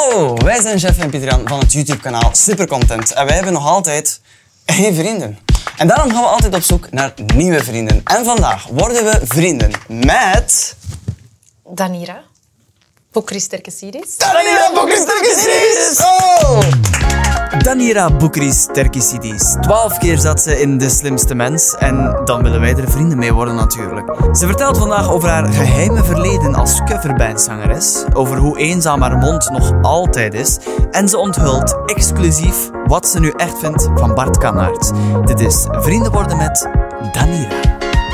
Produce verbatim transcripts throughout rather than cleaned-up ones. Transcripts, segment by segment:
Hallo, wij zijn Jeff en Pieter van het YouTube-kanaal Supercontent. En wij hebben nog altijd geen vrienden. En daarom gaan we altijd op zoek naar nieuwe vrienden. En vandaag worden we vrienden met... Danira. Boukris Terkesidis. Danira Boukris Terkesidis! Oh! Danira Boukris Terkesidis. Twaalf keer zat ze in De Slimste Mens en dan willen wij er vrienden mee worden natuurlijk. Ze vertelt vandaag over haar geheime verleden als coverbandzangeres, over hoe eenzaam haar mond nog altijd is en ze onthult exclusief wat ze nu echt vindt van Bart Kannaert. Dit is Vrienden worden met Danira.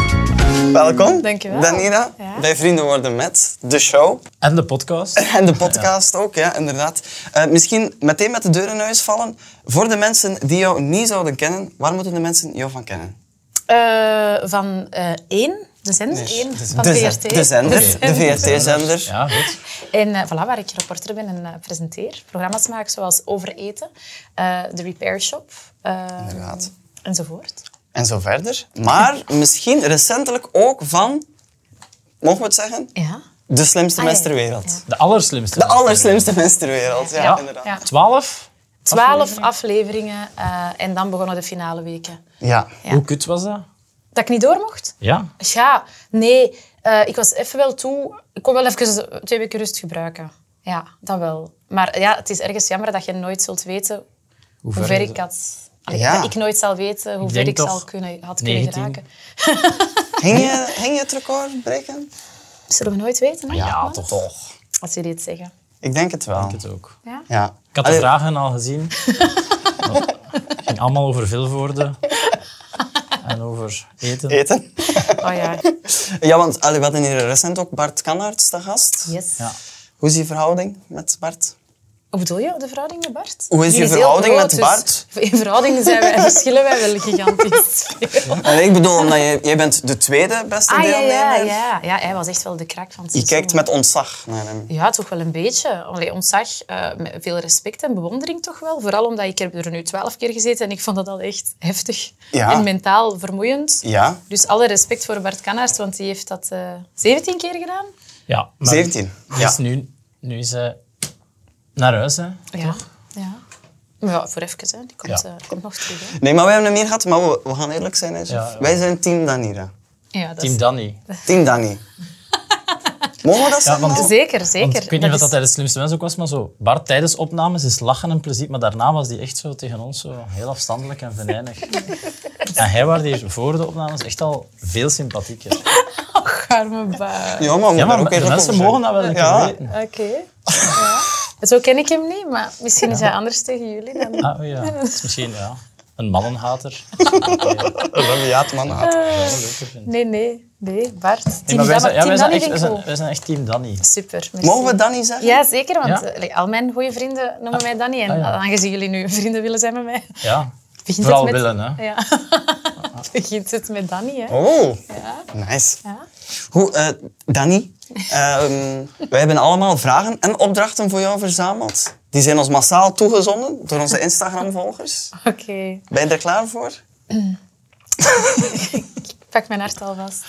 Welkom, Dankjewel. Danira, Ja. bij Vrienden worden met de show. En de podcast. En de podcast ook, ja, inderdaad. Uh, misschien meteen met de deur in huis vallen. Voor de mensen die jou niet zouden kennen, waar moeten de mensen jou van kennen? Uh, van uh, één, de zender Nee, één, de, van de, V R T. de zender, De de V R T-zender. Ja, goed. En uh, voilà, waar ik reporter ben en uh, presenteer. Programma's maak zoals Over Eten, uh, The Repair Shop uh, Inderdaad. enzovoort. En zo verder. Maar misschien recentelijk ook van, mogen we het zeggen? Ja. De slimste Ah, mens ja, ter ja. wereld. Ja. De allerslimste. De allerslimste mens ter wereld, ja, Ja. inderdaad. Ja. Twaalf? Twaalf afleveringen? afleveringen uh, en dan begonnen de finale weken. Ja. Ja. Hoe kut was dat? Dat ik niet door mocht? Ja. Ja, nee. Uh, ik was even wel toe. Ik kon wel even twee weken rust gebruiken. Ja, dat wel. Maar ja, het is ergens jammer dat je nooit zult weten hoe, ver ver je- ik had... Allee, Ja. dat ik nooit zal weten hoe Ik ver denk ik toch zal kunnen, had kunnen negentien. geraken. Ging je, ging je het record breken? Zullen we nooit weten? Hè? Ja, Wat? toch. Toch. Als jullie het zeggen. Ik denk het wel. Ik het ook. Ja? Ja. Ik had de Allee, vragen al gezien. Het ging allemaal over Vilvoorde. En over eten. Eten. Oh ja. Ja, want allee, we hadden hier recent ook Bart Kannaert te gast. Yes. Ja. Hoe is je verhouding met Bart? Hoe bedoel je, de verhouding met Bart? Hoe is Die je heel verhouding groot, met dus Bart? in verhouding zijn wij, verschillen wij wel gigantisch. En ik bedoel, omdat je, jij bent de tweede beste Ah ja, deelnemer. ja, ja. Ja, hij was echt wel de krak van het Je seizoen. kijkt met ontzag naar hem. Ja, toch wel een beetje. Allee, ontzag, uh, met veel respect en bewondering toch wel. Vooral omdat ik heb er nu twaalf keer gezeten en ik vond dat al echt heftig. Ja. En mentaal vermoeiend. Ja. Dus alle respect voor Bart Kannaert, want die heeft dat uh, zeventien keer gedaan. Ja, maar zeventien. die Ja. Is nu, nu is hij naar huis, hè. Ja. ja. Maar ja, voor even, hè. Die komt, Ja. uh, komt nog terug. Hè. Nee, maar wij hebben hem meer gehad, maar we, we gaan eerlijk zijn. Hè, Jeff. Ja, ja. Wij zijn team Danira. Ja, dat Team is... Danny. Team Danny. Mogen we dat zeggen? want- al? Zeker, zeker. Want ik weet niet of is- dat hij de slimste mens ook was, maar zo... Bart tijdens opnames is lachen en plezier, maar daarna was hij echt zo tegen ons zo heel afstandelijk en venijnig. En hij was hier voor de opnames echt al veel sympathieker. Och, arme baas. Ja, maar, we Ja, daar maar ook de eerlijk mensen over mogen zijn. dat wel een keer Ja. weten. Oké. Ja. Zo ken ik hem niet, maar misschien is hij anders tegen jullie dan... Ah, oh ja. Dat is misschien ja, een mannenhater. Een rabiaat man had. Dat zou ik leuker vinden. Nee, nee, nee, Bart. Team Nee, maar wij zijn, ja, Team wij, zijn Danny echt, vind wij, ik zijn, cool. wij zijn echt team Danny. Super, merci. Mogen we Danny zeggen? Ja, zeker, want Ja? eh, like, al mijn goede vrienden noemen mij Danny. En Ah, ja. aangezien jullie nu vrienden willen zijn met mij, Ja, begint vooral het met... willen. Hè. Ja. begint het met Danny, hè. Oh, Ja. nice. Ja. Hoe, eh, Danny, ehm, wij hebben allemaal vragen en opdrachten voor jou verzameld. Die zijn ons massaal toegezonden door onze Instagram-volgers. Oké, Ben je er klaar voor? ik pak mijn hart alvast.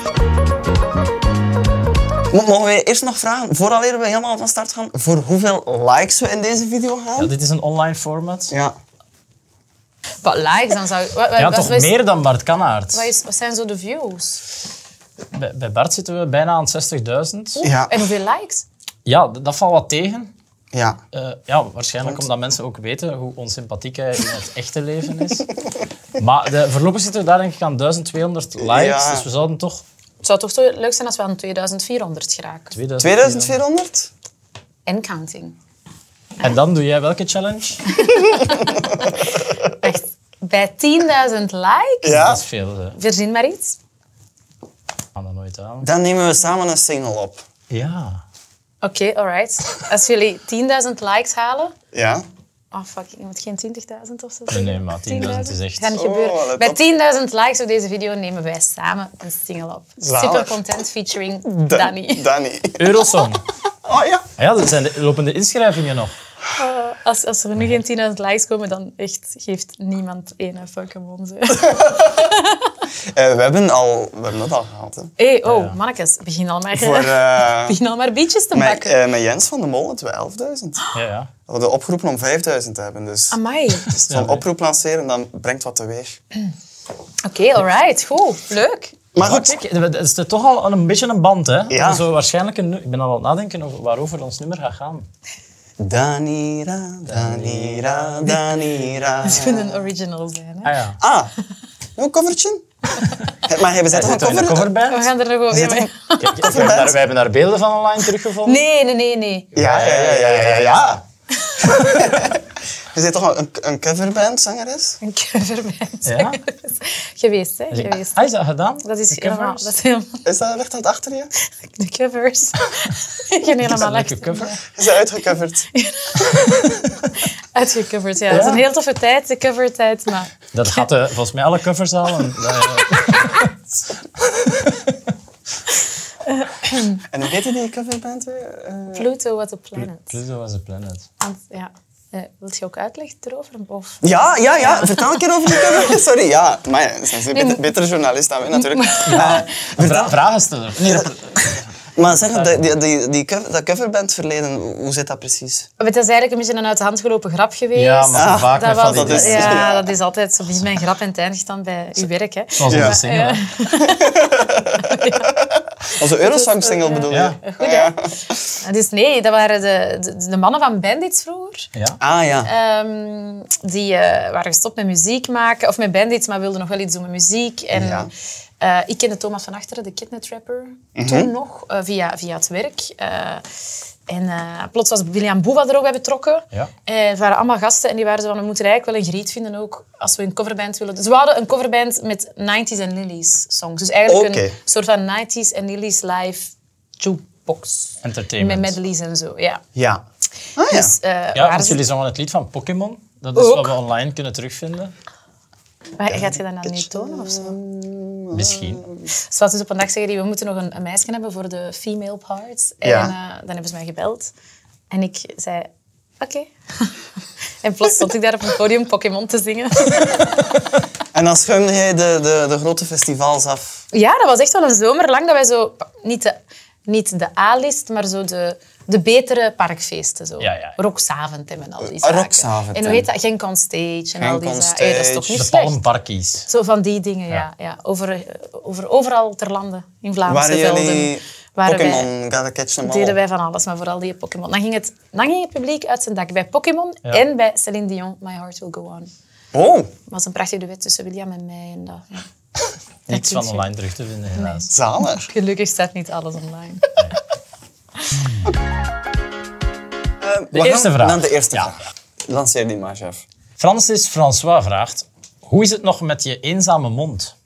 Mo- Mogen we eerst nog vragen, vooraleer we helemaal van start gaan, voor hoeveel likes we in deze video gaan? Ja, dit is een online format. Ja. Wat likes, dan zou ik... Wat, wat, Ja, wat, toch wat is- meer dan Bart Kannaert. Wat, is, wat zijn zo de views? Bij, bij Bart zitten we bijna aan zestigduizend. Ja. En hoeveel likes? Ja, d- dat valt wat tegen. Ja. Eh, ja, waarschijnlijk omdat mensen ook weten hoe onsympathiek hij in het echte leven is. Maar de, voorlopig zitten we daar denk ik aan duizend tweehonderd likes. Ja. Dus we zouden toch Het zou toch zo leuk zijn als we aan tweeduizend vierhonderd geraken. tweeduizend tweeduizend vierhonderd? En counting. En dan doe jij welke challenge? Echt, bij tienduizend likes? Ja. Dat is veel. Hè. Verzin maar iets. Ik kan dat nooit aan. Dan nemen we samen een single op. Ja. Oké, okay, alright. Als jullie tienduizend likes halen... Ja? Oh, fuck, ik moet geen twintigduizend of zo Nee, zeggen. nee, maar tienduizend is echt... Gaat niet Oh, gebeuren. let Bij op. tienduizend likes op deze video nemen wij samen een single op. Zalig. Super content featuring Da- Danny. Danny. Eurosong. Oh ja. Ah ja, dat zijn de lopende inschrijvingen nog. Uh, als, als er nu geen tienduizend likes komen, dan echt geeft niemand één fuck om ons. we hebben al, we hebben dat al gehad. Hè. Hey, oh, Ja, ja. mannetjes, begin al maar, Voor, uh, begin al maar beetjes te met, bakken. uh, met Jens van de Mol hadden we elfduizend. Ja, ja. We hadden opgeroepen om vijfduizend te hebben. Dus Amai. zo'n oproep lanceren, dan brengt wat teweeg. Oké, okay, alright. Goed. Leuk. Maar Maar goed, kijk, het is toch al een beetje een band, hè? Ja. Zo waarschijnlijk een, ik ben al aan het nadenken over waarover ons nummer gaat gaan. Danira, Danira, Danira. Het moet een original zijn. Hè? Ah ja. Ah, een covertje? Maar hebben zij toch een Zitten we in de cover? coverband? We gaan er nog over... Zit er- Ja, maar- Kijk, we, hebben daar, wij hebben daar beelden van online teruggevonden. Nee, nee, nee, nee. Ja, ja, ja, ja, ja, ja. Je bent toch een, een coverband, zangeres? Een coverband. Ja? Geweest, hè? Geweest. Ah, is dat gedaan? Dat is De helemaal... covers? Dat is helemaal... Is dat, ligt dat achter je? De covers. Ik ben Is dat helemaal een leuke achter. cover? Is dat uitgecoverd? Uitgecoverd, ja. Het is een heel toffe tijd, de covertijd, maar... Dat gaat uh, volgens mij alle covers al. En, uh, En hoe heette die coverband weer? Uh, Pluto was a planet. Pluto was a planet. Want, ja... Uh, wil je ook uitleg erover? Of... Ja, ja, ja. Vertel een keer over die cover. Sorry, ja. Maar ja, ze zijn een beter, betere journalist dan wij natuurlijk. Uh, Vra vragensteller. Nee, dat- maar zeg, die, die, die, die cover, dat coverbandverleden, hoe zit dat precies? Het is eigenlijk een beetje een uit de hand gelopen grap geweest. ja, maar Ah, vaak Dat, met was, van die dat is- dingen. ja, ja. dat is altijd zo. Begint mijn grap en het eindigt dan bij uw werk. Hè. Zoals Ja. onze single. Ja. Onze Eurosong-single bedoel je? Ja. Goed, hè? Dus nee, dat waren de, de, de mannen van Bandits vroeger. Ja. Ah, ja. Ehm, die eh, waren gestopt met muziek maken, of met Bandits, maar wilden nog wel iets doen met muziek. En Ja. eh, ik kende Thomas van Achteren, de Kidnet-rapper, toen nog, eh, via, via het werk. Eh, en eh, plots was William Boeva er ook bij betrokken. Ja. En het waren allemaal gasten en die waren zo van, we moeten eigenlijk wel een griet vinden ook, als we een coverband willen. Dus we hadden een coverband met nineties en Lilies songs. Dus eigenlijk Oké. een soort van nineties en Lilies live jukebox. Entertainment. Met medleys en zo, ja. Ja. Ah, ja. Dus, eh, Ja, waren want ze- jullie zongen het lied van Pokémon. Dat is Ook. wat we online kunnen terugvinden. Maar gaat je dat nou niet tonen of zo? Misschien. Dus wat dus op een dag zeggen die, we moeten nog een, een meisje hebben voor de female parts. En Ja. eh, dan hebben ze mij gebeld. En ik zei, oké. En plots stond ik daar op het podium Pokémon te zingen. En dan schuimde jij de, de, de grote festivals af. Ja, dat was echt wel een zomer lang dat wij zo... Niet de, niet de A-list, maar zo de, de betere parkfeesten. Zo. Ja, ja. Roksavond en al die Ah, zaken. Roksavond, En hoe hè. heet dat? Genk on Stage en al die Genk on zaken. Hey, dat is toch Stage. niet De slecht? Palmparkies. Zo van die dingen, ja. ja. Over, eh, over, overal ter lande, in Vlaamse Waren velden. jullie waren wij- Pokémon, Gotta Catch Them All? deden wij van alles, maar vooral die Pokémon. Dan ging, het, dan ging het publiek uit zijn dak bij Pokémon Ja. en bij Céline Dion, My Heart Will Go On. Oh, Dat was een prachtig duet tussen William en mij. En dat, ja. Niks van kun je- online terug te vinden, helaas. zalig. Gelukkig staat niet alles online. De eerste vraag. Dan de eerste Ja. vraag. Lanceer die maar, chef. Francis François vraagt... Hoe is het nog met je eenzame mond?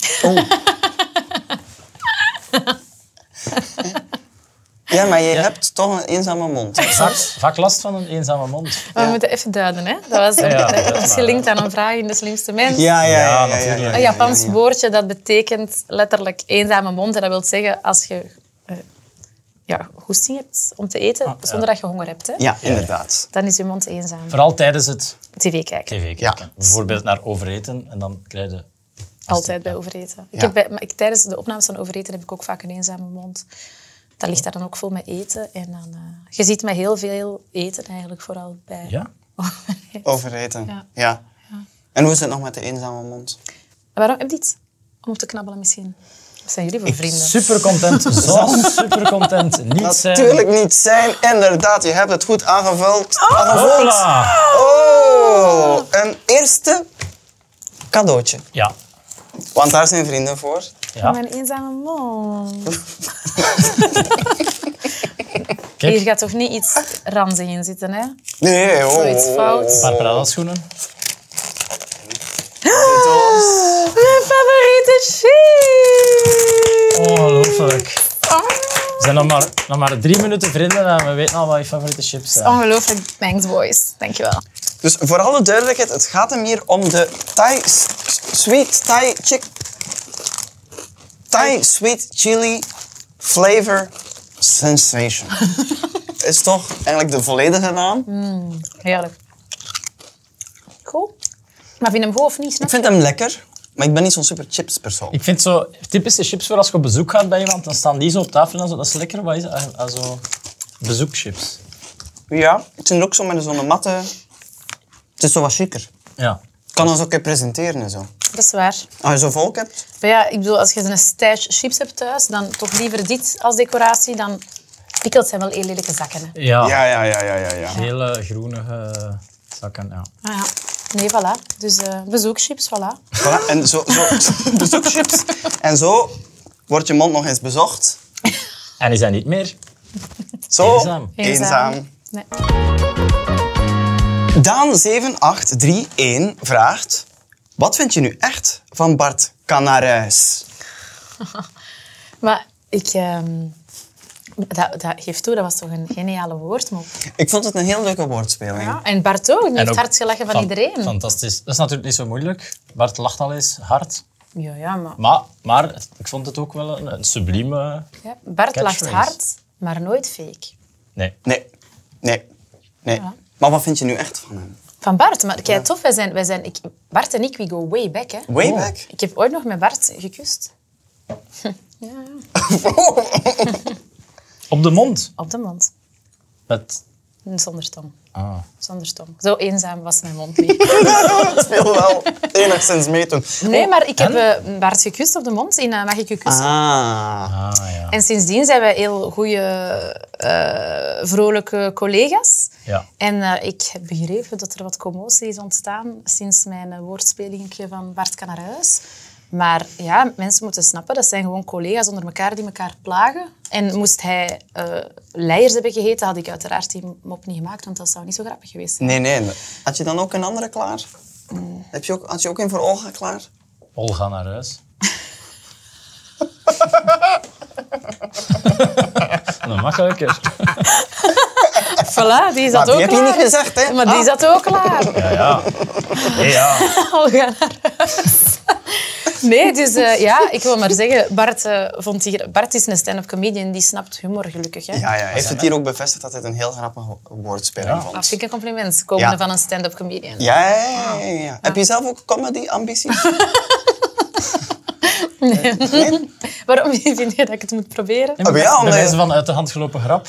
Ja, maar je hebt toch een eenzame mond. Vaak, vaak last van een eenzame mond. Maar we moeten even duiden, hè. Dat was, Ja, ja, dat dat is was waar. gelinkt aan een vraag in De Slimste Mens. Ja, ja, ja. Ja, ja, ja, natuurlijk. ja, Een ja, Japans ja, ja. woordje dat betekent letterlijk eenzame mond. En dat wil zeggen als je uh, ja, goesting hebt om te eten, Ah, ja. zonder dat je honger hebt. Hè. Ja, inderdaad. Dan is je mond eenzaam. Vooral tijdens het tv kijken. tv kijken. Ja. Bijvoorbeeld naar overeten en dan krijg je... Altijd bij overeten. Ik Ja. heb bij, maar ik, tijdens de opnames van overeten heb ik ook vaak een eenzame mond. Dat ligt daar dan ook vol met eten. En dan, uh, je ziet mij heel veel eten eigenlijk, vooral bij Ja? overeten. Overeten. Ja. Ja. En hoe is het nog met de eenzame mond? Waarom heb je iets om op te knabbelen misschien? Wat zijn jullie voor vrienden? Super content. Zo super content. Niet zijn. Natuurlijk niet zijn. Inderdaad, je hebt het goed aangevuld. aangevuld. Hola. Oh, een eerste cadeautje. Ja. Want daar zijn vrienden voor. Ja. Mijn eenzame mond. Kijk, Hier een gaat toch niet iets ranzig in zitten, hè? Nee, oh. Zoiets fout. paar Prada-schoenen. Mijn favoriete chips! Ongelooflijk. We zijn nog maar, nog maar drie minuten vrienden en we weten al wat je favoriete chips zijn. Ongelooflijk. Thanks, boys. Dankjewel. Dus voor alle duidelijkheid, het gaat hem hier om de Thai s- Sweet Thai Chick... Thai Sweet Chili Flavor Sensation. Is toch eigenlijk de volledige naam? Heerlijk. Goed. Maar vind je hem goed of niet? Ik Snap? vind hem lekker. Maar ik ben niet zo'n super chips persoon. Ik vind zo typische chips voor als je op bezoek gaat bij iemand, dan staan die zo op tafel en zo. Dat is lekker. Wat is dat? Ah, zo bezoekchips. Ja, het zijn er ook zo met zo'n matte... Het is zo wat chiquer. Ja. Ik kan ons ook even presenteren en zo. Dat is waar. Als je zo volk hebt... Maar ja, ik bedoel, als je een stash chips hebt thuis, dan toch liever dit als decoratie dan... Pickles zijn wel heel lelijke zakken. Hè. Ja. Ja, ja, ja, ja, ja. ja. Hele groenige zakken, ja. Ah, ja. Nee, voilà. Dus uh, bezoekchips, voilà. Voilà. En zo... zo bezoekchips. En zo wordt je mond nog eens bezocht. En is dat niet meer? Zo. Eenzaam. Eenzaam. Nee. Daan zeven acht drie een vraagt... Wat vind je nu echt van Bart Canaruis? Maar ik... ehm dat, dat geeft toe, dat was toch een geniale woordmop. Ik vond het een heel leuke woordspeling. Ja. En Bart ook, die En heeft ook hard gelachen van fan- iedereen. Fantastisch. Dat is natuurlijk niet zo moeilijk. Bart lacht al eens hard. Ja, ja, maar... Maar, maar ik vond het ook wel een, een sublieme... Ja, Bart lacht Catchphrase. hard, maar nooit fake. Nee. Nee, nee, nee. Ja. Maar wat vind je nu echt van hem? Van Bart, maar kijk, tof, wij zijn, wij zijn, ik, Bart en ik, we go way back. Hè. Way Oh. back? Ik heb ooit nog met Bart gekust. Op de mond. Op de mond. Met... Zonder tong. Ah. Zonder tong. Zo eenzaam was mijn mond niet. Dat wil wel enigszins meedoen. Nee, maar ik heb uh, Bart gekust op de mond in uh, Mag ik je kussen? Ah. Ah, ja. En sindsdien zijn wij heel goede, uh, vrolijke collega's. Ja. En uh, ik heb begrepen dat er wat commotie is ontstaan sinds mijn uh, woordspelingetje van Bart Canaruis. Maar ja, mensen moeten snappen, dat zijn gewoon collega's onder elkaar die elkaar plagen. En moest hij uh, leiers hebben gegeten, had ik uiteraard die mop niet gemaakt, want dat zou niet zo grappig geweest zijn. Nee, nee. Had je dan ook een andere klaar? Mm. Heb je ook, had je ook een voor Olga klaar? Olga naar huis. Dat makkelijker. Voilà, die zat Maar ook die heb je klaar. niet gezegd, hè? Maar die Ah. zat ook klaar. Ja, ja. Nee, ja. Olga naar huis. Nee, dus uh, ja, ik wil maar zeggen, Bart, uh, vond die, Bart is een stand-up comedian, die snapt humor gelukkig. Hè? Ja, ja. Hij heeft het hier ook bevestigd dat hij het een heel grappige woordspeling Ja. vond. Dat vind ik een compliment, komende Ja. van een stand-up comedian. Ja, ja, ja, ja, ja. Heb je zelf ook comedy-ambities? Nee. Nee? Waarom vind je dat ik het moet proberen? Oh, ja, Bij omdat wijze je- van uit de hand gelopen grap.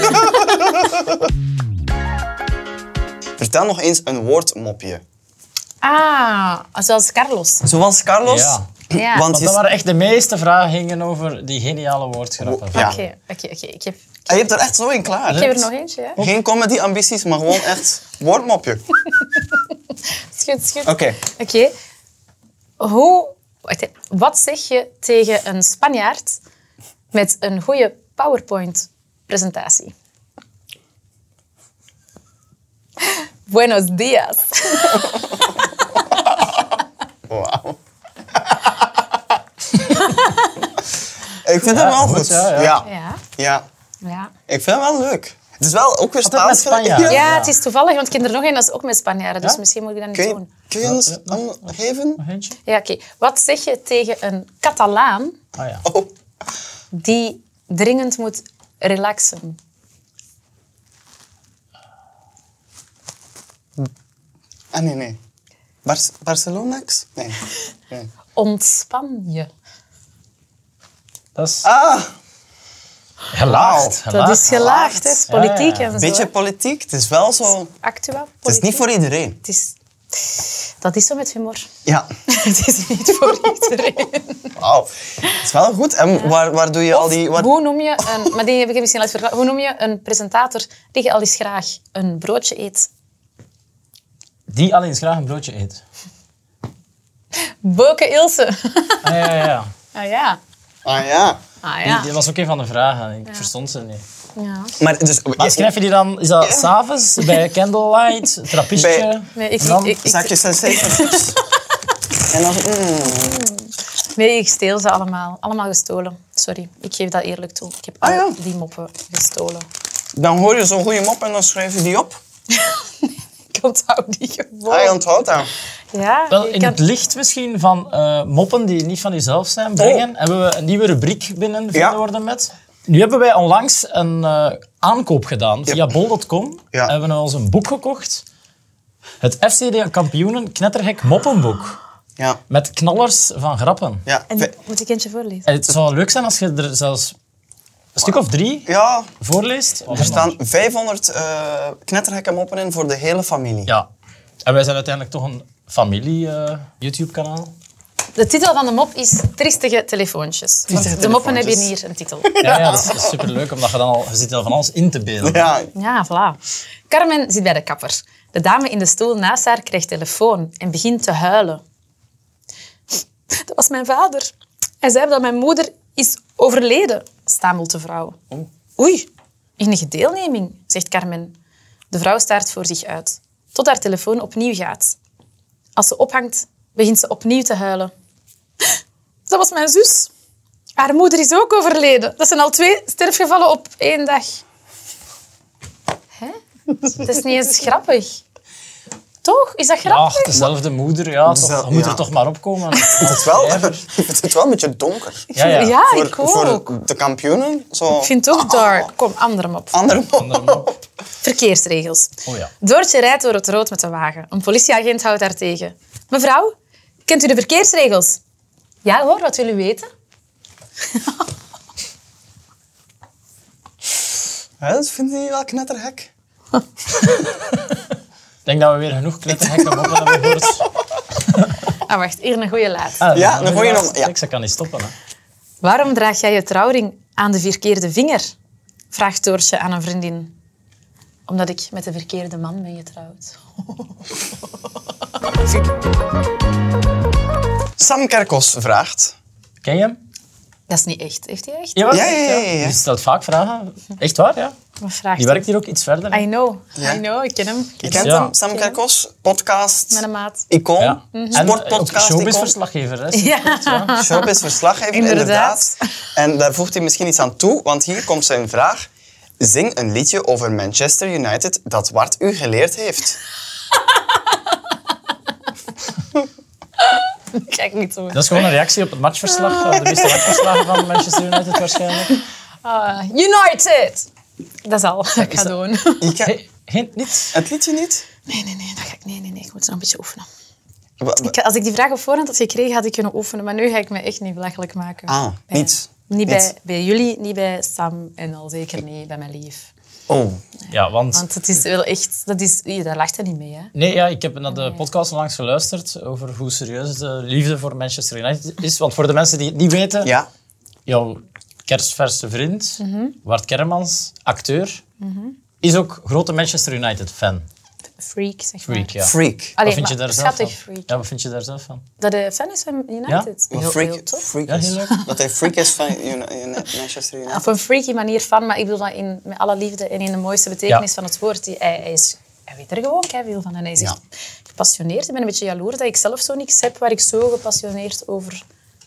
Vertel nog eens een woordmopje. Ah, zoals Carlos. Zoals Carlos. Ja. Ja. Want Want je, dat waren echt de meeste vragen gingen over die geniale woordgrappen. Ja. Oké, oké, oké. Ik heb, je hebt er echt zo in klaar. ik heb er nog eentje. Hè? Geen comedy-ambities, maar gewoon echt woordmopje. Schud, schud. Oké. Oké. Hoe... Wacht, hè. Wat zeg je tegen een Spanjaard met een goede PowerPoint-presentatie? Buenos días. Wauw. Ik vind hem wel goed, goed. ja, ja. Ja. Ja, Ja. ja. Ik vind hem wel leuk. Het is wel ook weer Altijd met Spaans. Spanjaarden. Ja, het is toevallig, want ik ken er nog een, dat is ook met Spanjaarden. Dus Ja? misschien moet ik dat niet Kun je, doen. kun je ons Ja, dan geven? Nog eentje? Ja, oké. Wat zeg je tegen een Catalaan Ah ja. Oh. die dringend moet relaxen? Ah, nee, nee. Bar Barcelonax? Nee. nee. Ontspan je. Dat is Ah, gelaagd. Dat is gelaagd, hè. gelaagd. Politiek Ja, ja. en zo. beetje hè. politiek. Het is wel zo... Actueel. Het is niet voor iedereen. Het is... Dat is zo met humor. Ja. Het is niet voor iedereen. Wauw. Het is wel goed. En waar, waar doe je al die... Waar... Hoe noem je een... Maar die heb ik misschien al eens verklaard. Hoe noem je een presentator die al eens graag een broodje eet? Die al eens graag een broodje eet. Boke Ilse. Ah ja, ja, ja. Ah ja. Ah ja. Ah Die, ja. die was ook een van de vragen. Ik verstond ze niet. ja. Maar, dus, Maar schrijf je die dan... Is dat s'avonds bij candlelight, trappistje? Bij- Nee, ik, En dan- ik, ik, Zakjes en chips. En dan... Mm. nee, ik steel ze allemaal. Allemaal gestolen. Sorry, ik geef dat eerlijk toe. Ik heb Ah, al ja. die moppen gestolen. Dan hoor je zo'n goede mop en dan schrijf je die op. Ik onthoud die gewoon. Ah, je onthoudt dat. Ja, Wel, je in kan- het licht misschien van eh, moppen die niet van jezelf zijn brengen, hebben we een nieuwe rubriek binnen Vrienden Ja. worden met. Nu hebben wij onlangs een eh, aankoop gedaan via bol punt com. Ja. Hebben we ons een boek gekocht. Het F C D Kampioenen Knettergek Moppenboek. Ja. Met knallers van grappen. Ja. En Ve- moet ik eentje voorlezen? En het zou leuk zijn als je er zelfs een stuk of drie ja, voorleest. er staan vijfhonderd uh, knettergekke moppen in voor de hele familie. Ja. En wij zijn uiteindelijk toch een familie-YouTube-kanaal. De titel van de mop is Triestige telefoontjes. Triestige de moppen hebben telefoontjes. hier een titel. Ja, ja, dat is superleuk, omdat je dan al... Je zit al van alles in te beelden. Ja. Ja, voilà. Carmen zit bij de kapper. De dame in de stoel naast haar krijgt telefoon en begint te huilen. Dat was mijn vader. Hij zei dat mijn moeder is overleden, stamelt de vrouw. Oei, enige deelneming, zegt Carmen. De vrouw staart voor zich uit, tot haar telefoon opnieuw gaat. Als ze ophangt, begint ze opnieuw te huilen. Dat was mijn zus. Haar moeder is ook overleden. Dat zijn al twee sterfgevallen op één dag. Hè? Dat is niet eens grappig. Toch? Is dat Ja, grappig? dezelfde moeder. Ja, toch, Dezelfde- je moet er ja. toch maar opkomen. Het is wel, ik vind het wel een beetje donker. Ja, ja. Ja, voor, ik ook. voor de kampioenen. Zo. Ik vind het ook dark. Kom, andere mop. Andere mop. Verkeersregels. Oh ja. Doortje rijdt door het rood met de wagen. Een politieagent houdt haar tegen. Mevrouw, kent u de verkeersregels? Ja hoor, wat wil u weten? Ja, dat vind je wel knettergek. Ik denk dat we weer genoeg knettergekke moppen hebben gehoord. Ah, wacht, hier een goede laat. Ah, Ja, een goeie nog- ja. Ik kan niet stoppen. Hè. Waarom draag jij je trouwring aan de verkeerde vinger? Vraagt Doortje aan een vriendin. Omdat ik met de verkeerde man ben getrouwd. Sam Kerkos vraagt... Ken je hem? Dat is niet echt. Heeft hij echt? Jawel. Ja, ja, ja, ja, ja. Die stelt vaak vragen. Echt waar, ja. Wat vraagt Die hij? werkt hier ook iets verder. I know. Ja. I know, ik ken hem. Je kent Ja. hem, Sam Kerkos. Podcast. Met een maat. Icoon. Ja. En ook Sportpodcast. Icoon. showbiz-verslaggever. hè. Ja. Showbiz-verslaggever, Inderdaad. inderdaad. En daar voegt hij misschien iets aan toe, want hier komt zijn vraag. Zing een liedje over Manchester United dat Wart u geleerd heeft. Kijk niet zo. Dat is gewoon een reactie op het matchverslag. De meeste matchverslagen van Manchester United waarschijnlijk. Ah, United! Dat is al wat ik ga dat- doen. Je kent Hey, hint niet? het liedje niet? Nee, nee, nee, dat ga ik, nee, nee, nee. Ik moet nog een beetje oefenen. Wa- wa- Ik, als ik die vraag op voorhand had gekregen, had ik kunnen oefenen. Maar nu ga ik me echt niet belachelijk maken. Ah, Bij- niet. Niet Niet. bij, bij jullie, niet bij Sam en al zeker niet bij mijn lief. Oh, Ja, want... Want het is wel echt... Dat is, ja, daar lacht hij niet mee, hè. Nee, ja, ik heb naar de podcast onlangs geluisterd over hoe serieus de liefde voor Manchester United is. Want voor de mensen die het niet weten, ja. jouw kerstverse vriend, Mhm. Wart Kermans, acteur, is ook grote Manchester United-fan. Freak, zeg maar. Freak, ja. Freak. Allee, wat vind je maar daar zelf van? schattig freak. Ja, wat vind je daar zelf van? Dat hij fan is van United. Een Heel, freak, heel tof. freak Ja, is. heel leuk. Dat hij freak is van Uni- Uni- Manchester United. Op een freaky manier fan, maar ik bedoel dat in, met alle liefde en in de mooiste betekenis Ja. van het woord. Die, hij, hij, is, hij weet er gewoon veel van en hij is Ja. echt gepassioneerd. Ik ben een beetje jaloers dat ik zelf zo niks heb waar ik zo gepassioneerd over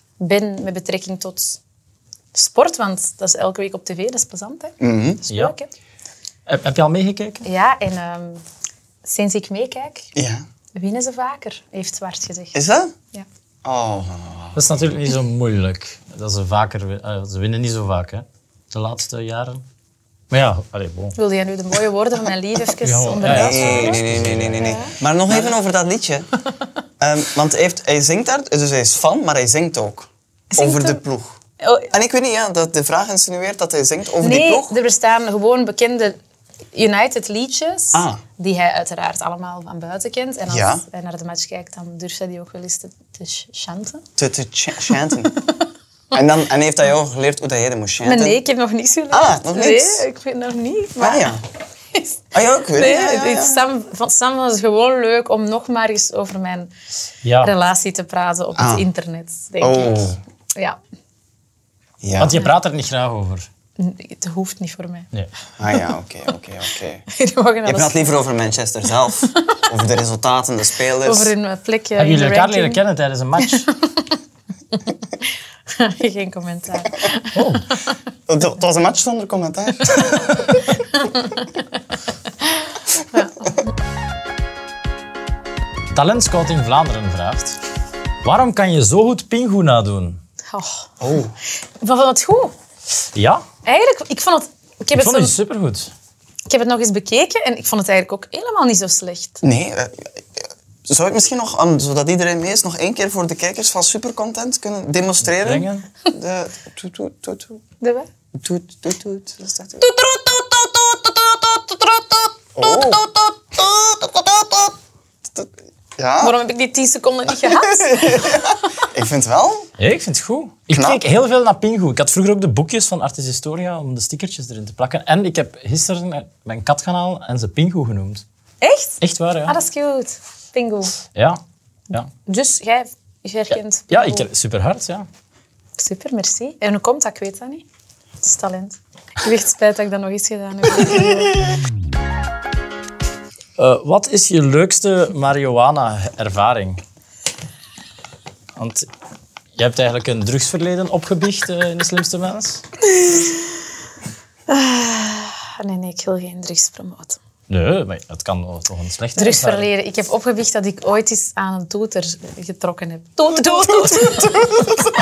ben met betrekking tot sport. Want dat is elke week op tv, dat is plezant. Hè? Mhm. Dat is Ja. leuk, hè? Heb, heb je al meegekeken? Ja, en ehm, sinds ik meekijk, Ja. winnen ze vaker, heeft Wart gezegd. Is dat? Ja. Oh. Dat is natuurlijk niet zo moeilijk. Dat ze, vaker, win- eh, ze winnen niet zo vaak, hè. De laatste jaren. Maar ja, allee, bon. Wilde jij nu de mooie woorden van mijn lief even Ja, onderuit ja, ja. halen? Nee, nee, nee, nee, nee, nee. Maar nog even over dat liedje. Ehm, want hij, heeft, hij zingt daar, dus hij is fan, maar hij zingt ook. Zingt over de hem? ploeg. Oh, En ik weet niet, ja, dat de vraag insinueert dat hij zingt over die nee, ploeg. er bestaan gewoon bekende United-liedjes, Ah. die hij uiteraard allemaal van buiten kent. En als Ja. hij naar de match kijkt, dan durft hij die ook wel eens te, te ch- chanten. Te, te ch- chanten. en, dan, en heeft hij jou geleerd hoe dat jij dat moest chanten? Maar nee, ik heb nog niets geleerd. Ah, nog niks? Nee, ik weet nog niet. Maar Ah ja. Ah ja, ik weet nee, het. Ja, ja, ja. het- Sam, van Sam was het gewoon leuk om nog maar eens over mijn Ja, relatie te praten op Ah. het internet, denk Oh. ik. Ja, Ja. want je praat er niet graag over. het hoeft niet voor mij. Nee. Ah ja, oké, oké, oké. Die mogen Je alles praat liever over Manchester zelf. Over de resultaten, de spelers. over hun plekje Hebben in jullie de elkaar leren ranking. kennen tijdens een match? Geen commentaar. Oh. Het het was een match zonder commentaar. Talentscouting Vlaanderen vraagt... Waarom kan je zo goed Pingu nadoen? Oh. Oh. Ik vond het goed. Ja, Eigenlijk, ik vond het... Ik heb, ik het vond zo, het supergoed. ik heb het nog eens bekeken en ik vond het eigenlijk ook helemaal niet zo slecht. Nee, eh, Zou ik misschien nog, um, zodat iedereen mee is, nog één keer voor de kijkers van Supercontent kunnen demonstreren? Brengen? De toet, toet, toet, toet. De wat? Toet, toet, toet. Dat is dat. Oh. Ja, Waarom heb ik die tien seconden niet gehad? ik vind wel. Ja, ik vind het goed. Ik Knap. keek heel veel naar Pingu. Ik had vroeger ook de boekjes van Artis Historia om de stickertjes erin te plakken. En ik heb gisteren mijn katkanaal en ze Pingu genoemd. Echt? Echt waar, ja. Ah, dat is cute. Pingu. Ja. Ja, Dus jij herkent ja Pingu. ik, super hard, ja. Super, merci. En hoe komt dat? Ik weet dat niet. Het is talent. Ik heb echt spijt dat ik dat nog eens gedaan heb. Uh, wat is je leukste marihuana-ervaring? Want je hebt eigenlijk een drugsverleden opgebiecht uh, in De Slimste Mens. Ah, nee, nee, ik wil geen drugs promoten. Nee, maar het kan wel toch een slechte ervaring. Drugsverleden. Ik heb opgebiecht dat ik ooit eens aan een toeter getrokken heb. Toeter, toeter, toeter.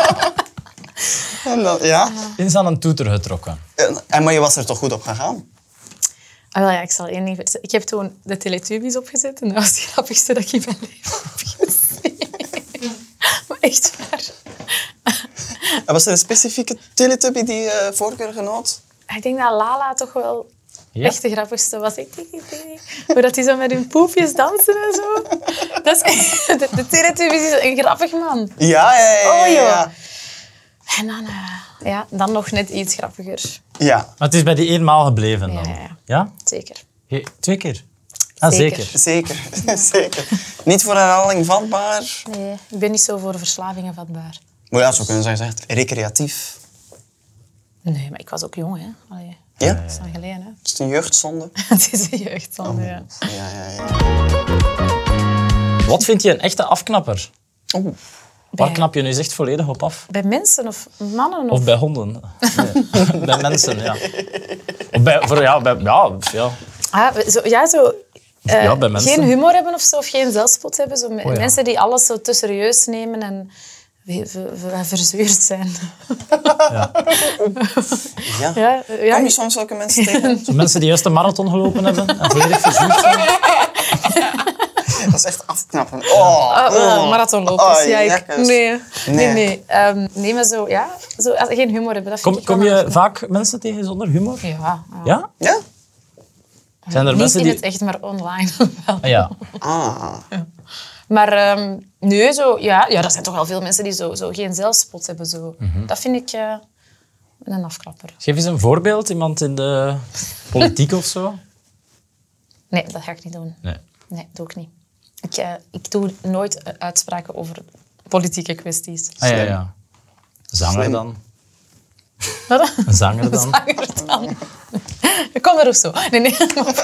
En dan, ja. Is aan een toeter getrokken. En, en, maar je was er toch goed op gegaan? Ah, wel, ja, ik zal één ding vertellen. Ik heb toen de Teletubbies opgezet en dat was het grappigste dat ik in mijn leven heb gezien. Maar echt waar. En was er een specifieke Teletubby die uh, voorkeur genoot? Ik denk dat Lala toch wel Ja. echt de grappigste was. Ik denk, ik denk, hoe dat die zo met hun poepjes dansen en zo. Dat is, de, de Teletubbies is een grappig man. Ja, ja, ja. ja, Oh, joh. ja. En dan, uh, ja, dan nog net iets grappiger. Ja. Maar het is bij die eenmaal gebleven dan? Ja, ja, ja. Ja? Zeker. Hey, twee keer? Ah, Zeker. zeker. Zeker, zeker. Niet voor herhaling vatbaar. Nee, ik ben niet zo voor verslavingen vatbaar. Maar ja, zo kunnen ze zeggen, recreatief. Nee, maar ik was ook jong, hè. Allee, Ja? dat is lang geleden, hè. Is het een jeugdzonde? Het is een jeugdzonde, ja. Ja, ja, ja. Wat vind je een echte afknapper? Oeh. Waar Bij- knap je nu eens echt volledig op af? Bij mensen of mannen? Of... Of bij honden? Nee. Bij mensen, ja. Of bij, voor, ja, bij, ja, ja. Ah, zo, ja, zo... eh, Ja, bij mensen. geen humor hebben of zo, of geen zelfspot hebben. Zo, Oh, ja. Mensen die alles zo te serieus nemen en we- we- we- verzuurd zijn. Ja. Ja, ja, Kom je soms zulke mensen tegen? Zo mensen die juist een marathon gelopen hebben en volledig verzuurd zijn. Dat is echt afknappen. Oh, Ah, oh. marathonlopers. Oh, ja, ik, jekkes. nee, nee, Nee. nee. Um, nee, maar zo, ja, zo, als- geen humor hebben, dat vind Kom, ik wel kom je een- vaak mensen tegen zonder humor? Ja, ja. Ja? Ja? Zijn er Niet mensen in die... het echt, maar online wel. Ah, ja. Ah. Maar um, nee, zo, ja, ja, er zijn toch wel veel mensen die zo, zo geen zelfspot hebben. Zo. Mhm. Dat vind ik uh, een afklapper. Geef eens een voorbeeld, iemand in de politiek of zo. Nee, dat ga ik niet doen. Nee. Nee, dat doe ik niet. Ik, uh, ik doe nooit uh, uitspraken over politieke kwesties. Ah, ja, ja. Zanger Slim. dan? Wat? Een zanger dan? Zanger dan. Kom maar of zo. Nee, nee.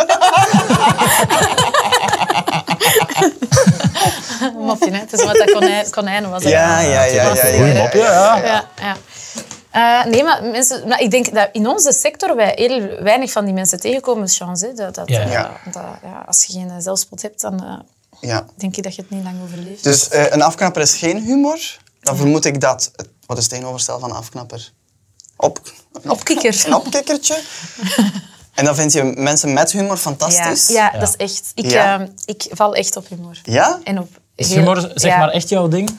Mopje, hè. Het is wat dat konijn, konijn was. hè. Ja, ja, ja, ja, ja. Goeie mopje, ja. Ja, ja. Uh, nee, maar, mensen, maar ik denk dat in onze sector wij heel weinig van die mensen tegenkomen. Chance, hè. Dat, dat, Ja. uh, Ja. dat, ja, als je geen zelfspot hebt, dan uh, Ja. denk je dat je het niet lang overleeft. Dus uh, een afknapper is geen humor. Dan vermoed ik dat... Wat is het tegenoverstel van een afknapper? Op, Opkikker. een opkikkertje. En dan vind je mensen met humor fantastisch. Ja, ja, dat is echt... Ik, Ja. uh, ik val echt op humor. Ja? En op Is heel- humor zeg ja. maar echt jouw ding?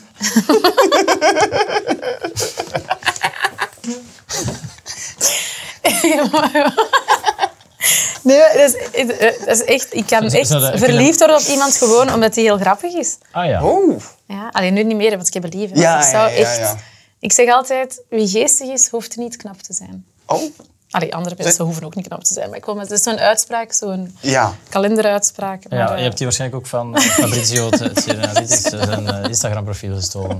Nee, dat is, dat is echt... Ik kan Zo- echt zo dat- verliefd worden op iemand gewoon omdat hij heel grappig is. Ah ja. Oh. Ja, alleen nu niet meer, want ik heb een lief. hè. Ja, ik zou ja, ja, echt... ja. Ik zeg altijd, wie geestig is, hoeft niet knap te zijn. Oh. Allee, andere mensen hoeven ook niet knap te zijn. Maar ik wil met, het is zo'n uitspraak, zo'n Ja. kalenderuitspraak. Ja, maar, je eh, hebt die waarschijnlijk ook van Fabrizio Tserenidis zijn uh, Instagram-profiel gestolen.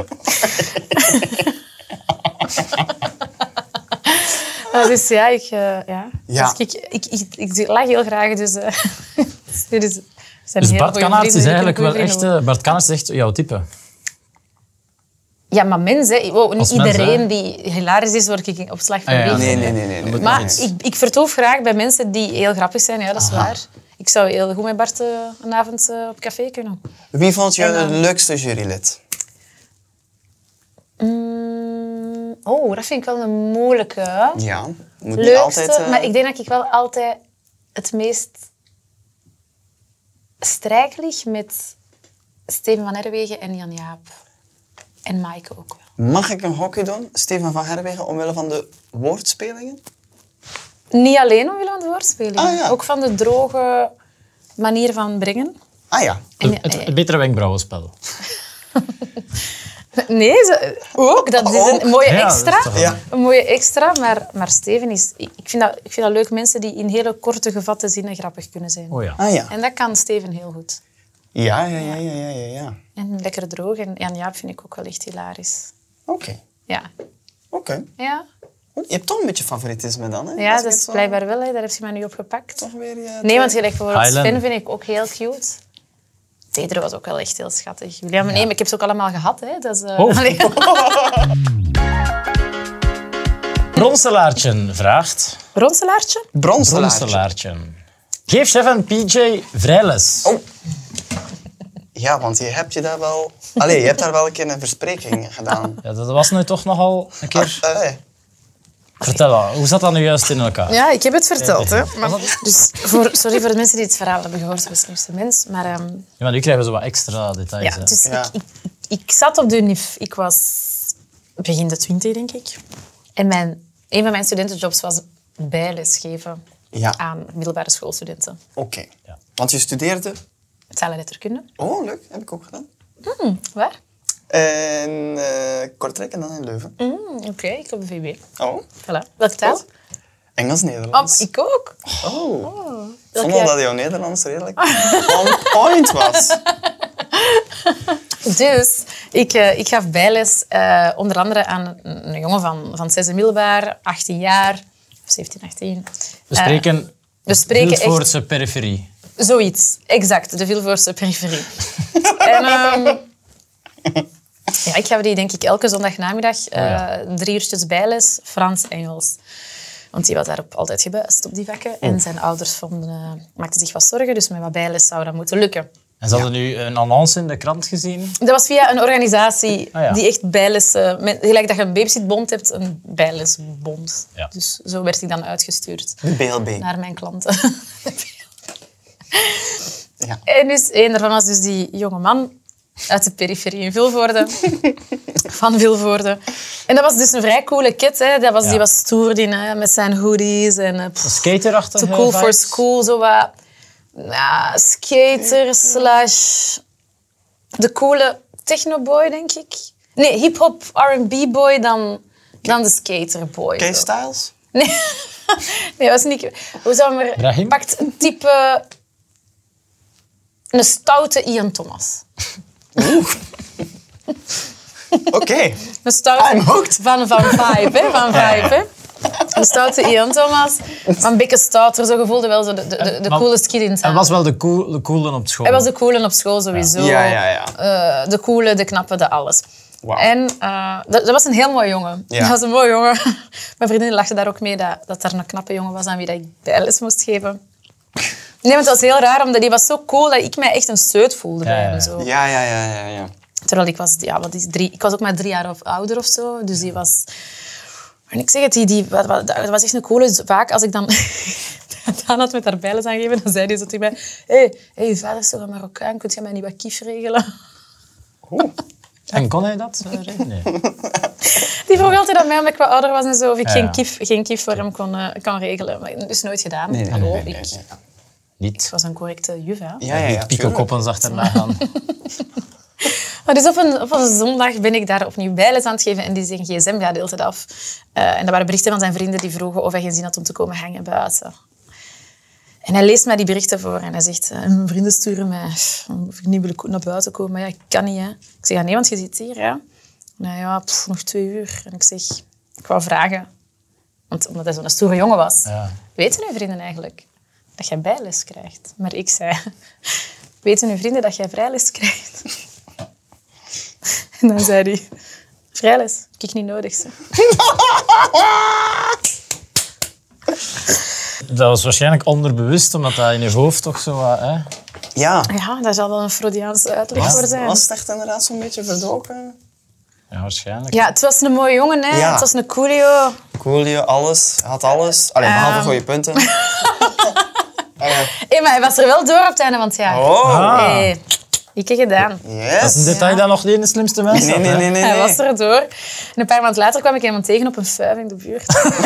uh, dus ja, ik... uh, ja. Ja. Dus ik, ik, ik, ik lach heel graag, dus... Uh, dit is, zijn Dus heel Bart goeie Kannaerts is vrienden, eigenlijk wel goeie echt... vrienden. Uh, Bart Kannaerts is echt jouw type. Ja, maar mensen, hè. Wow, niet Als mens, iedereen hè? die hilarisch is, word ik op slag van Ah, ja. brief. Nee, nee, nee. nee, nee. Maar nee. ik, ik vertoef graag bij mensen die heel grappig zijn, ja, dat is waar. Ik zou heel goed met Bart uh, een avond uh, op café kunnen. Wie vond je En, het uh, leukste jurylid? Mm, oh, dat vind ik wel een moeilijke. Ja. Moet niet Leukste, altijd... uh, maar ik denk dat ik wel altijd het meest strijk lig met Steven van Herwegen en Jan Jaap. En Maaike ook wel. Mag ik een gokje doen, Steven van Herwegen, omwille van de woordspelingen? Niet alleen omwille van de woordspeling. Ah, ja. Ook van de droge manier van brengen. Ah ja. En, Het, het betere wenkbrauwenspel. Nee, ze, ook. Dat is een Ook? mooie Ja, dat is extra. toch wel- Ja. Een mooie extra, maar, maar Steven is... Ik ik vind, dat, ik vind dat leuk, mensen die in hele korte, gevatte zinnen grappig kunnen zijn. Oh ja. Ah ja. En dat kan Steven heel goed. Ja, ja, ja, ja, ja, ja. ja. En lekker droog. En Jan Jaap vind ik ook wel echt hilarisch. Oké. Ja. Oké. Ja, Goed. Je hebt toch een beetje favoritisme dan, hè? ja Als je dat het is zo- blijkbaar wel. Hè. Daar heeft hij mij nu op gepakt. Toch weer je Nee, want gelijk bijvoorbeeld Highland. Sven vind ik ook heel cute. Pedro was ook wel echt heel schattig. William, nee, maar ik heb ze ook allemaal gehad. Hè. Dat is, uh, Oh. allee. Bronselaartje vraagt... Ronselaartje? Bronselaartje. Bronselaartje. Geef chef en P J vrijles. Oh. Ja, want je hebt je daar wel... Allee, je hebt daar wel een keer een verspreking gedaan. Ja, dat was nu toch nogal een keer... Ah, allee. Vertel, wel, hoe zat dat nu juist in elkaar? Ja, ik heb het verteld. Hè. Was dat- Dus voor, sorry voor de mensen die het verhaal hebben gehoord van de slimste mens. Maar ehm, Ja, maar nu krijgen we zo wat extra details. ja, hè. dus Ja. Ik, ik, ik, ik zat op de U N I F. Ik was begin de twintig, denk ik. En mijn, een van mijn studentenjobs was bijles geven Ja. aan middelbare schoolstudenten. Oké. Ja. Want je studeerde... Taal en letterkunde. Oh, leuk. Heb ik ook gedaan. Hmm, waar? En uh, Kortrijk en dan in Leuven. Mm, Oké, ik op de V B. Oh. Voilà. Welke taal? Wat? Engels-Nederlands. Oh, ik ook. Oh. Welk Vond al jaar? dat jouw Nederlands redelijk on point was. Dus ik, uh, ik gaf bijles uh, onder andere aan een, een jongen van, van zesde middelbaar, achttien jaar, zeventien, achttien. We spreken, we spreken echt- Vilvoordse periferie. Zoiets, exact. De Vilvoordse periferie. en, um, ja, ik gaf die denk ik elke zondagnamiddag uh, ja. drie uurtjes bijles, Frans, Engels. Want die was daarop altijd gebuist op die vakken. En zijn ouders vonden, uh, maakten zich wat zorgen, dus met wat bijles zou dat moeten lukken. En ze hadden nu een annonce in de krant gezien. Dat was via een organisatie Ah, ja. die echt bijlessen... Met, gelijk dat je een babysitbond hebt, een bijlesbond. Ja. Dus zo werd ik dan uitgestuurd De B L B. naar mijn klanten. Ja. En dus, een daarvan was dus die jonge man uit de periferie in Vilvoorde. Van Vilvoorde. En dat was dus een vrij coole kid. Hè. Dat was, Ja. Die was stoer die, hè, met zijn hoodies. En, uh, pff, Skaterachtig. too cool for school. Zo wat, ja, skater slash... De coole technoboy, denk ik. Nee, hip-hop R en B-boy dan, dan de skaterboy. zo. K-Styles? Nee, nee, was niet... Hoe zou maar... Brahim? Pakt een type... Een stoute Ian Thomas. Oké. Een stoute... I'm hooked. Van, van Vibe, hè. Van Vibe, hè. Een stoute Ian Thomas. Maar een beetje stouter. Zo gevoelde wel zo de, de, de, de Maar- coolest kid in town. Hij was wel de, cool, de coole op school. Hij was de coole op school sowieso. Ja, ja, ja. Eh, de coole, de knappe, de alles. Wauw. En uh, dat, dat was een heel mooi jongen. Ja. Dat was een mooi jongen. Mijn vriendin lachte daar ook mee dat, dat er een knappe jongen was aan wie dat ik bijles moest geven. Nee, want het was heel raar, omdat die was zo cool dat ik mij echt een seut voelde Ja, bij ja, hem. ja. Zo. Ja, ja, ja, ja, ja. Terwijl ik was, ja, wat is drie, ik was ook maar drie jaar of ouder of zo. Dus die was... En ik zeg het, die, die, wat, wat, dat was echt een coole. Dus vaak als ik dan gedaan had met haar bijles aangeven, dan zei hij zo tegen mij... Hé, hey, hey, je vader is toch een Marokkaan? Kun je mij niet wat kief regelen? En kon hij dat? eh, regelen? Nee. Die vroeg altijd aan mij, omdat ik wat ouder was en zo, of ik Ja, geen, ja. kief, geen kief voor hem kon, uh, kan regelen. Maar dat is nooit gedaan. Nee, nee, Hallo, nee, nee, ik, nee. Niet. ik was een correcte juf, hè. Ja, ja, ja. tuurlijk. Pico-koppen achterna gaan. Maar dus op een, op een zondag ben ik daar opnieuw bijles aan het geven en die zijn gsm gaat de hele tijd af. Uh, en dat waren berichten van zijn vrienden die vroegen of hij geen zin had om te komen hangen buiten. En hij leest mij die berichten voor en hij zegt, uh, mijn vrienden sturen mij of ik niet wil naar buiten komen. Maar ja, ik kan niet, hè. Ik zeg, ja, nee, want je zit hier, ja. Nou ja, pff, nog twee uur. En ik zeg, ik wou vragen, want omdat hij zo'n stoere jongen was. Ja. Weten uw vrienden eigenlijk dat jij bijles krijgt? Maar ik zei, weten uw vrienden dat jij vrijles krijgt? En dan zei hij, vrijles, heb ik niet nodig. Zeg. Dat was waarschijnlijk onderbewust, omdat dat in je hoofd toch zo... wat, Hè? Ja. Ja, daar zal wel een Freudiaanse uitleg Was, voor zijn. was het echt inderdaad zo'n beetje verdoken? Ja, waarschijnlijk. Ja, het was een mooie jongen, hè. Ja. Het was een coolio. Coolio, alles. Had alles. Alleen behalve Ehm. goede punten. Ah, ja. Hey, maar hij was er wel door op het einde van het jaar. Oh. Ah. Hey. Ik heb gedaan. Yes. Dat is een detail dat nog niet in de slimste mensen Nee, nee, nee, nee. Hij nee. was er door. En een paar maanden later kwam ik iemand tegen op een fuif in de buurt.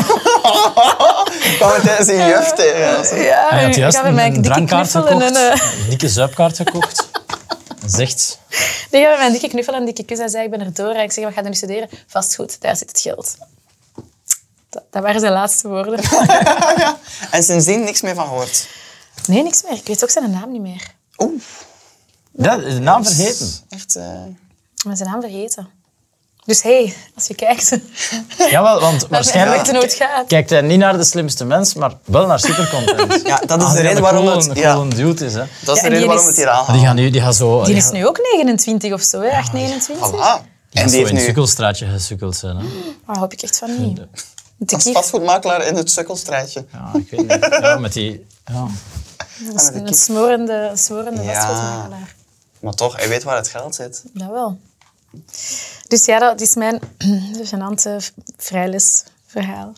Kwam het tijdens een juf tegen. Also. Ja, Hij had ik juist had een, met mij een dikke drankkaart knuffel gekocht. en een... eh, Een dikke zuipkaart gekocht. En zegt... Nee, ik had met mij een dikke knuffel en een dikke kus. Hij zei, ik ben er door. En ik zeg, wat ga je nu studeren? Vastgoed, daar zit het geld. Dat, dat waren zijn laatste woorden. Ja. En sindsdien niks meer van gehoord. Nee, niks meer. Ik weet ook zijn naam niet meer. Oeh. Ja, de naam vergeten. Echt... Uh... Ik ben zijn naam vergeten. Dus hé, hey, als je kijkt... Jawel, want waarschijnlijk de nood gaat. kijkt hij niet naar de slimste mens, maar wel naar supercontent. Ja, dat is Ah, de die reden een waarom coole- het... een Ja, coole dude is, hè. dat is Ja, de en reden die waarom is- het hier aanhaalt. Die gaan nu, die gaan zo... Die die is gaan- nu ook negenentwintig of zo, hè? acht, negenentwintig. Voilà. die En gaan die zo heeft in het nu sukkelstraatje gesukkeld zijn, hè. Daar hoop ik echt van niet. Moet als ik hier... vastgoedmakelaar in het sukkelstraatje. Ja, ik weet niet. Ja, met die... Ja. Dat is een smorende, een smorende Ja. vastgoedmakelaar. Maar toch, hij weet waar het geld zit. Dat wel. Dus ja, dat is mijn gênante vrijlesverhaal.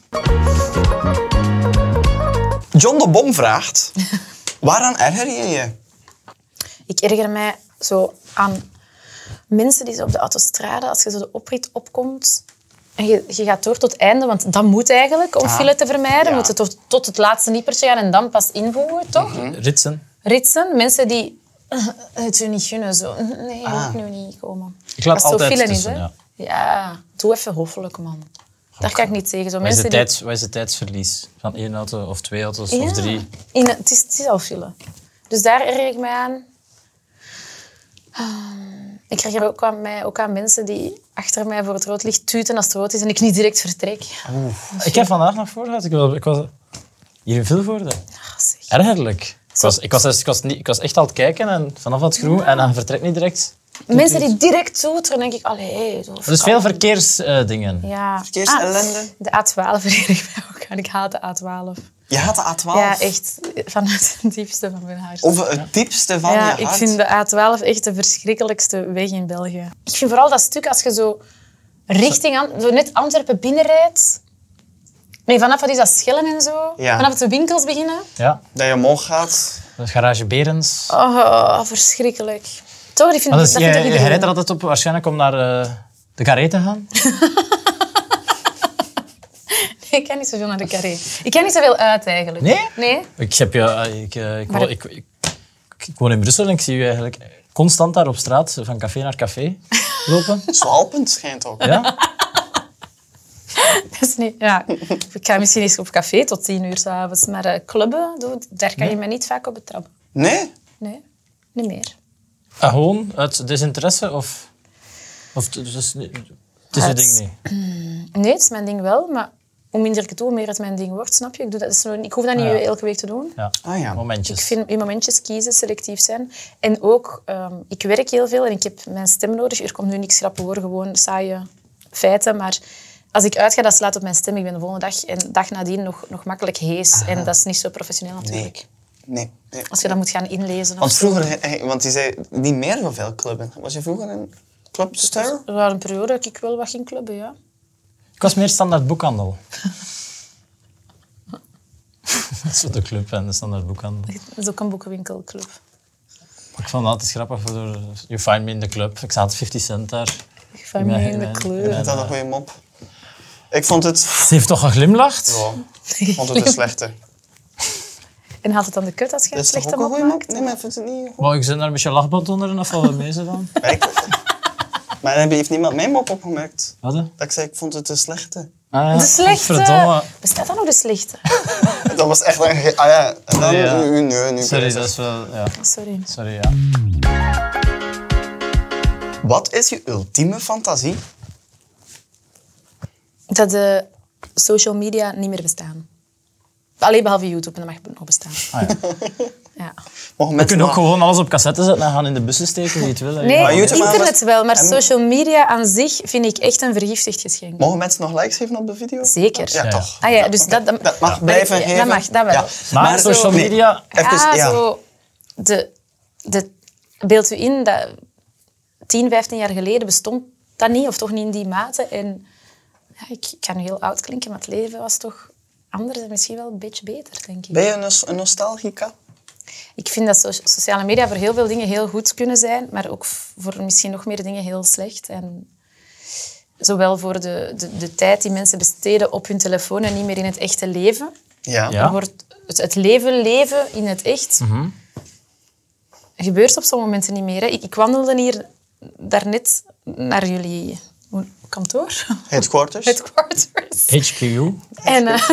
John de Bom vraagt... Waaraan erger je je? Ik erger mij zo aan mensen die zo op de autostrade, als je zo de oprit opkomt en je, je gaat door tot het einde, want dat moet eigenlijk om Ah. file te vermijden. Ja. Moet je tot, tot het laatste nippertje gaan en dan pas invoegen, toch? Ritsen. Ritsen, mensen die eh, het je niet gunnen. Zo. Nee, je Ah. moet nu niet komen. Ik laat Als het zo altijd file is, tussen, hè. ja. Ja, doe even hoffelijk, man. Dat kan ik niet zeggen. Zo Wat is, mensen de die... tijd, wat is het tijdsverlies? Van één auto of twee auto's Ja, of drie? In, het, is, het is al file. Dus daar erger ik mij aan. Ah, Ik krijg er ook aan, mij, ook aan mensen die achter mij voor het rood licht tuten als het rood is en ik niet direct vertrek. Ik heb vandaag nog voor gehad. Ik was, ik was hier in Vilvoorde. Ah, zeg. Ergerlijk. Ik was, ik, was, ik, was niet, ik was echt aan het kijken en vanaf het groen en dan vertrekt niet direct. Mensen die direct toeteren, denk ik, allee. Zo Er is veel verkeersdingen. Ja. Verkeersellende. Ah, de A twaalf erger ik mij ook aan. Ik haat de A twaalf. Je haat de A twaalf. Ja, echt. Vanuit het diepste van mijn hart. Of het diepste van Ja, je ik hart. vind de A twaalf echt de verschrikkelijkste weg in België. Ik vind vooral dat stuk als je zo richting An- zo net Antwerpen binnenrijdt. Nee, vanaf wat is dat, Schellen en zo? Ja. Vanaf de winkels beginnen. Ja, Dat je omhoog gaat. de garage Berens. Oh, verschrikkelijk. Toch, die vind, Maar dat dus, vind jij, ik jij rijdt er iedereen. altijd op waarschijnlijk om naar eh, de carré te gaan? Ik kan niet zoveel naar de carré. Ik kan niet zoveel uit, eigenlijk. Nee? Nee? Ik, heb je, eh, ik, eh, ik, Maar wo- de- ik, ik, ik woon in Brussel en ik zie je eigenlijk constant daar op straat van café naar café lopen. Zwalpend schijnt ook. Ja? Dat is niet... Ja. Ik ga misschien eens op café tot tien uur 's avonds. Maar uh, clubben, doe- daar kan je me niet vaak op betrappen. Nee? Nee, niet meer. Ah, gewoon uit desinteresse of... of het is, het is je Uit- ding niet? Nee, het is mijn ding wel, maar hoe minder ik het doe, hoe meer het mijn ding wordt, snap je? Ik, doe dat, is nog- ik hoef dat niet Ja. elke week te doen. Ja, Ah, ja. momentjes. Ik vind in momentjes kiezen, selectief zijn. En ook, ehm, ik werk heel veel en ik heb mijn stem nodig. Er komt nu niks grappen hoor, gewoon saaie feiten. Maar als ik uitga, dat slaat op mijn stem. Ik ben de volgende dag en de dag nadien nog, nog makkelijk hees. En dat is niet zo professioneel natuurlijk. Nee. nee. Als je dat moet gaan inlezen. Want of zo. vroeger, eh, want die zei niet meer zoveel clubben. Was je vroeger een clubster? Er was een periode dat ik wel wat ging clubben, ja. Ik was meer standaard boekhandel. Dat is zo de club en de standaard boekhandel. Dat is ook een boekenwinkelclub. Ik vond het altijd grappig. Voor you find me in the club. Ik zat fifty cent daar. Ik van mij in de Ja, club. Dat had een goede mop. Ik vond het... Ze heeft toch geglimlacht? Ja, ik vond het een slechte. En haalt het dan de kut als je Dat een is toch slechte ook een mop goede mop? maakt? Nee, maar ik vind het niet goed. Wou ik ze daar een beetje lachband onder en of wat we mee zijn dan? Kijk. Maar dan heeft niemand mijn mop opgemerkt. Wat? hè? Dat ik zei, ik vond het een slechte. Ah, ja. De slechte. Verdomme. Bestaat dat nog, de slechte? Dat was echt een... ge- Ah ja, en dan... Ja. Nu, nu, nu. Sorry, bezig. dat is wel... Ja. Sorry. Sorry, ja. Wat is je ultieme fantasie? Dat de social media niet meer bestaan. Alleen behalve YouTube, en dat mag nog bestaan. Ah, ja. Ja. Mogen We mensen kunnen ook nog- gewoon alles op cassette zetten en gaan in de bussen steken die het willen. Nee, Maar YouTube internet was- wel, maar en- social media aan zich vind ik echt een vergiftigd geschenk. Mogen mensen nog likes geven op de video? Zeker. Ja, Ja. toch. Ah ja, dus dat, dat, Dat mag blijven Ja, geven. dat mag, dat wel. Ja. Maar, Maar social zo- media... Even, ah, ja. zo... De, de, beeld u in dat tien, vijftien jaar geleden bestond dat niet, of toch niet in die mate. En ja, ik, ik ga nu heel oud klinken, maar het leven was toch anders en misschien wel een beetje beter, denk ik. Ben je een, nos- een nostalgica? Ik vind dat so- sociale media voor heel veel dingen heel goed kunnen zijn, maar ook voor misschien nog meer dingen heel slecht. En zowel voor de, de, de tijd die mensen besteden op hun telefoon en niet meer in het echte leven. Ja. Ja. Er wordt het, het leven leven in het echt Mm-hmm. gebeurt op sommige momenten niet meer. Hè. Ik, ik wandelde hier daarnet naar jullie hoe- kantoor. Headquarters. Headquarters. H Q U. En... Uh,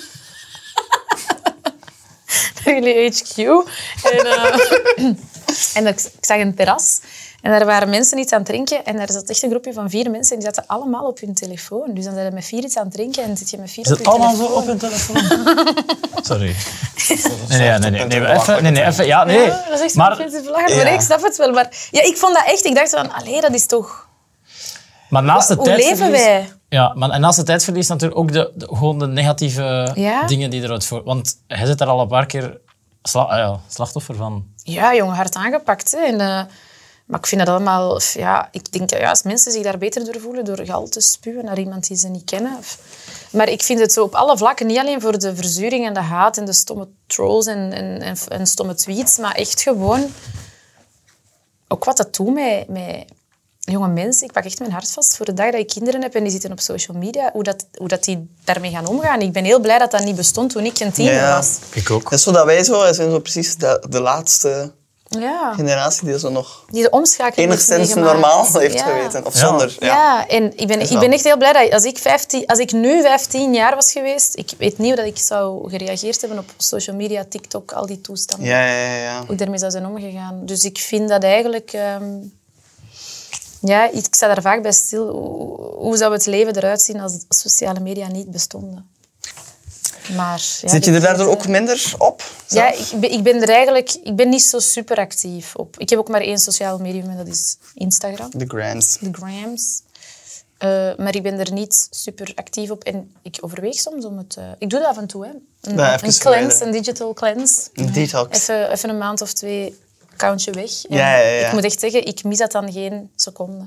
naar jullie H Q. En, uh, en ik, ik zag een terras. En daar waren mensen iets aan het drinken. En daar zat echt een groepje van vier mensen. En die zaten allemaal op hun telefoon. Dus dan zijn ze met vier iets aan het drinken. En dan zit je met vier Is op het je allemaal telefoon. zo op hun telefoon? Sorry. Nee, nee, nee. nee, nee, nee, even, nee, nee even, ja, nee. Ja, dat is echt maar, maar, belachelijk. Ja. Maar ik snap het wel. Maar ja, ik vond dat echt... Ik dacht van, allee, dat is toch... maar naast het Hoe tijdverlies... leven wij? Ja, maar en naast het tijdverlies natuurlijk ook de, de, gewoon de negatieve Ja. dingen die eruit voor... Want hij zit er al een paar keer sla, ah ja, slachtoffer van. Ja, jongen, hard aangepakt. Hè. En, uh, maar ik vind dat allemaal... Ja, ik denk, ja, als mensen zich daar beter door voelen, door gal te spuwen naar iemand die ze niet kennen. Of, maar ik vind het zo op alle vlakken, niet alleen voor de verzuring en de haat en de stomme trolls en, en, en, en stomme tweets, maar echt gewoon... Ook wat dat doet met, met jonge mensen. Ik pak echt mijn hart vast voor de dag dat ik kinderen heb en die zitten op social media, hoe, dat, hoe dat die daarmee gaan omgaan. Ik ben heel blij dat dat niet bestond toen ik een tiener Ja. was. Ik ook. Dat is zo dat wij zo, wij zijn zo precies de, de laatste Ja, generatie die zo nog die de omschakeling heeft enigszins meegemaakt. normaal heeft Ja. geweten. Of Ja. zonder. Ja, Ja. en ik ben, Is ik wel. ben echt heel blij dat als ik, vijftien, als ik nu vijftien jaar was geweest, ik weet niet hoe dat ik zou gereageerd hebben op social media, TikTok, al die toestanden. Ja, ja, ja, ja. Hoe ik daarmee zou zijn omgegaan. Dus ik vind dat eigenlijk... ehm, ja, ik sta daar vaak bij stil. Hoe, hoe zou het leven eruit zien als sociale media niet bestonden? Maar, ja, Zit je dit er daardoor is, ook eh, minder op? Ja, zelf? ik ben, ik ben er eigenlijk... Ik ben niet zo super actief op. Ik heb ook maar één sociaal medium en dat is Instagram. De grams. De grams. Uh, maar ik ben er niet super actief op. En ik overweeg soms om het... Uh, ik doe dat af en toe, hè. Een, Ja, even een cleanse, verwijderen. een digital cleanse. Een detox. Even, even een maand of twee accountje weg. En Ja, ja, ja. ik moet echt zeggen, ik mis dat dan geen seconde.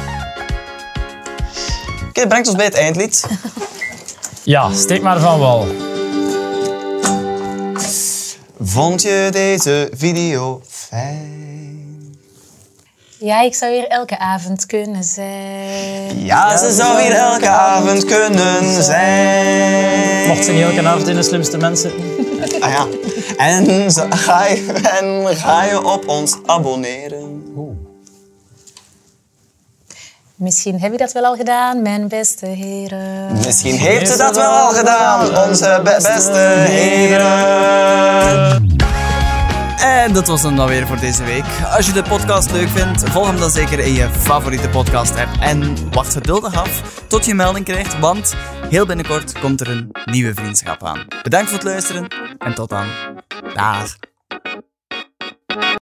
Oké, dat brengt ons bij het eindlied. Ja, steek maar van wal. Vond je deze video fijn? Ja, ik zou hier elke avond kunnen zijn. Ja, ze zou hier elke avond kunnen zijn. Mocht ze niet elke avond in de slimste mensen. Ah ja. En zo- ga je, en ga je op ons abonneren? Misschien heb je dat wel al gedaan, mijn beste heren. Misschien heeft ze dat wel al gedaan, onze be- beste heren. En dat was hem dan weer voor deze week. Als je de podcast leuk vindt, volg hem dan zeker in je favoriete podcast-app. En wacht geduldig af tot je een melding krijgt, want heel binnenkort komt er een nieuwe vriendschap aan. Bedankt voor het luisteren en tot dan. Dag.